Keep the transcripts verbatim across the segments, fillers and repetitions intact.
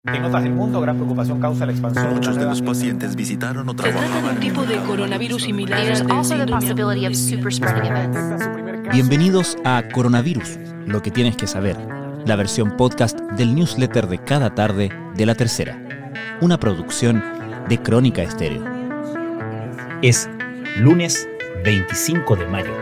En otras del mundo, gran preocupación causa la expansión. Muchos de los pacientes visitaron o trabajaban. Se trata de un tipo de coronavirus similar al Bienvenidos a Coronavirus, lo que tienes que saber, la versión podcast del newsletter de cada tarde de La Tercera, una producción de Crónica Estéreo. Es lunes veinticinco de mayo.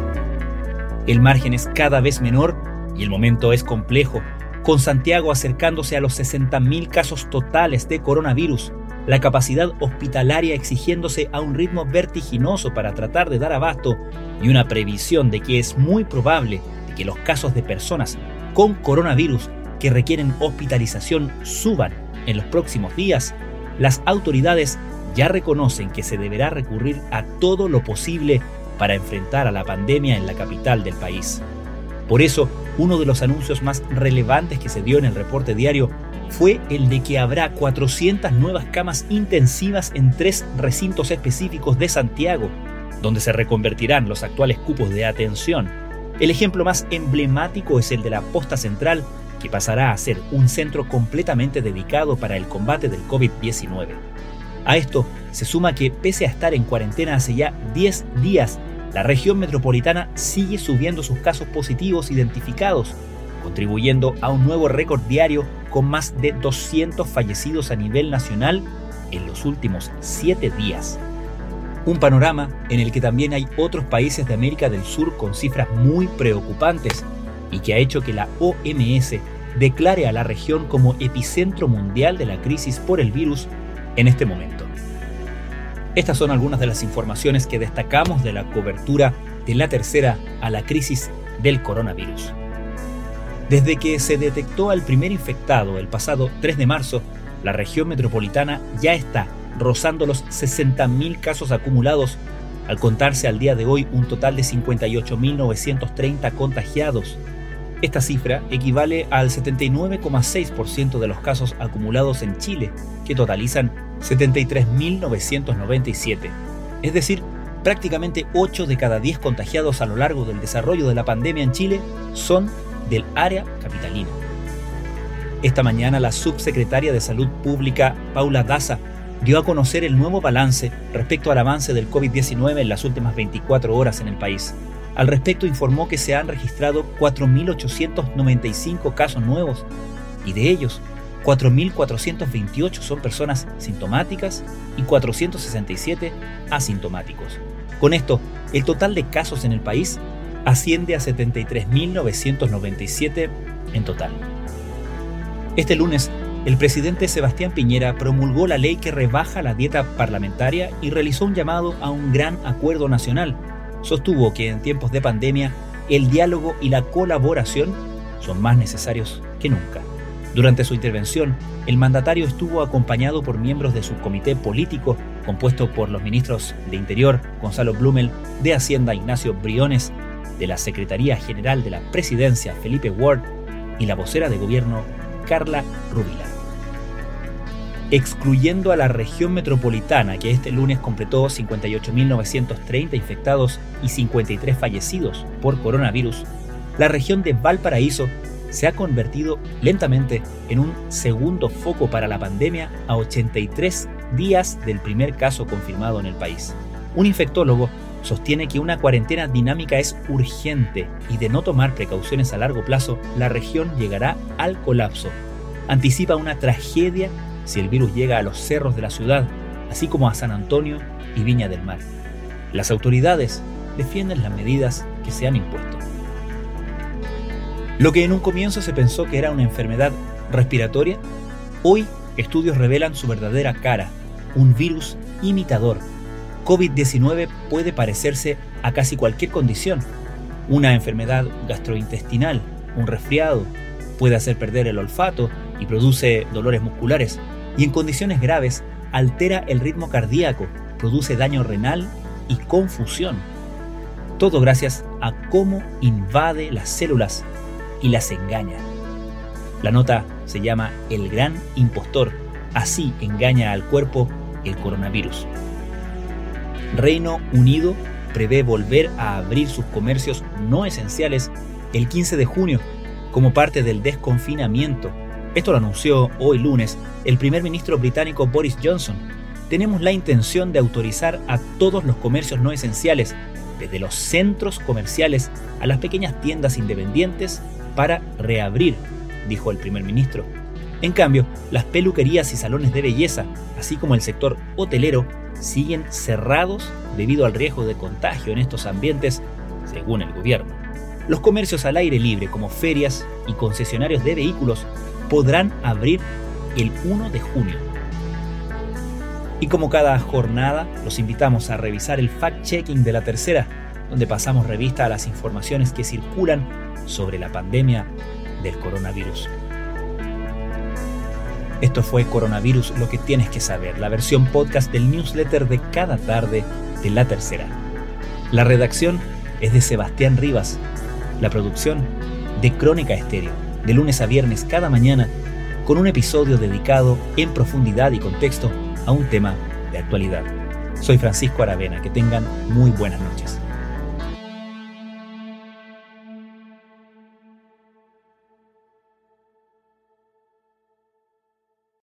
El margen es cada vez menor y el momento es complejo, con Santiago acercándose a los sesenta mil casos totales de coronavirus, la capacidad hospitalaria exigiéndose a un ritmo vertiginoso para tratar de dar abasto y una previsión de que es muy probable de que los casos de personas con coronavirus que requieren hospitalización suban en los próximos días. Las autoridades ya reconocen que se deberá recurrir a todo lo posible para enfrentar a la pandemia en la capital del país. Por eso, uno de los anuncios más relevantes que se dio en el reporte diario fue el de que habrá cuatrocientas nuevas camas intensivas en tres recintos específicos de Santiago, donde se reconvertirán los actuales cupos de atención. El ejemplo más emblemático es el de la Posta Central, que pasará a ser un centro completamente dedicado para el combate del covid diecinueve. A esto se suma que, pese a estar en cuarentena hace ya diez días, la región metropolitana sigue subiendo sus casos positivos identificados, contribuyendo a un nuevo récord diario con más de doscientos fallecidos a nivel nacional en los últimos siete días. Un panorama en el que también hay otros países de América del Sur con cifras muy preocupantes y que ha hecho que la O M S declare a la región como epicentro mundial de la crisis por el virus en este momento. Estas son algunas de las informaciones que destacamos de la cobertura de La Tercera a la crisis del coronavirus. Desde que se detectó al primer infectado el pasado tres de marzo, la región metropolitana ya está rozando los sesenta mil casos acumulados, al contarse al día de hoy un total de cincuenta y ocho mil novecientos treinta contagiados. Esta cifra equivale al setenta y nueve coma seis por ciento de los casos acumulados en Chile, que totalizan setenta y tres mil novecientos noventa y siete. Es decir, prácticamente ocho de cada diez contagiados a lo largo del desarrollo de la pandemia en Chile son del área capitalina. Esta mañana la subsecretaria de Salud Pública, Paula Daza, dio a conocer el nuevo balance respecto al avance del covid diecinueve en las últimas veinticuatro horas en el país. Al respecto informó que se han registrado cuatro mil ochocientos noventa y cinco casos nuevos y de ellos cuatro mil cuatrocientos veintiocho son personas sintomáticas y cuatrocientos sesenta y siete asintomáticos. Con esto, el total de casos en el país asciende a setenta y tres mil novecientos noventa y siete en total. Este lunes, el presidente Sebastián Piñera promulgó la ley que rebaja la dieta parlamentaria y realizó un llamado a un gran acuerdo nacional. Sostuvo que en tiempos de pandemia, el diálogo y la colaboración son más necesarios que nunca. Durante su intervención, el mandatario estuvo acompañado por miembros de su comité político, compuesto por los ministros de Interior, Gonzalo Blumel, de Hacienda, Ignacio Briones, de la Secretaría General de la Presidencia, Felipe Ward, y la vocera de gobierno, Carla Rubila. Excluyendo a la región metropolitana, que este lunes completó cincuenta y ocho mil novecientos treinta infectados y cincuenta y tres fallecidos por coronavirus, la región de Valparaíso se ha convertido lentamente en un segundo foco para la pandemia a ochenta y tres días del primer caso confirmado en el país. Un infectólogo sostiene que una cuarentena dinámica es urgente y de no tomar precauciones a largo plazo, la región llegará al colapso. Anticipa una tragedia si el virus llega a los cerros de la ciudad, así como a San Antonio y Viña del Mar. Las autoridades defienden las medidas que se han impuesto. Lo que en un comienzo se pensó que era una enfermedad respiratoria, hoy estudios revelan su verdadera cara, un virus imitador. covid diecinueve puede parecerse a casi cualquier condición. Una enfermedad gastrointestinal, un resfriado, puede hacer perder el olfato y produce dolores musculares. Y en condiciones graves, altera el ritmo cardíaco, produce daño renal y confusión. Todo gracias a cómo invade las células y las engaña. La nota se llama El Gran Impostor. Así engaña al cuerpo el coronavirus. Reino Unido prevé volver a abrir sus comercios no esenciales el quince de junio como parte del desconfinamiento, Esto lo anunció hoy lunes el primer ministro británico Boris Johnson. Tenemos la intención de autorizar a todos los comercios no esenciales, desde los centros comerciales a las pequeñas tiendas independientes, para reabrir, dijo el primer ministro. En cambio, las peluquerías y salones de belleza, así como el sector hotelero, siguen cerrados debido al riesgo de contagio en estos ambientes, según el gobierno. Los comercios al aire libre, como ferias y concesionarios de vehículos, podrán abrir el primero de junio. Y como cada jornada, los invitamos a revisar el fact-checking de La Tercera, donde pasamos revista a las informaciones que circulan sobre la pandemia del coronavirus. Esto fue Coronavirus, lo que tienes que saber, la versión podcast del newsletter de cada tarde de La Tercera. La redacción es de Sebastián Rivas, la producción de Crónica Estéreo, de lunes a viernes cada mañana, con un episodio dedicado en profundidad y contexto a un tema de actualidad. Soy Francisco Aravena, que tengan muy buenas noches.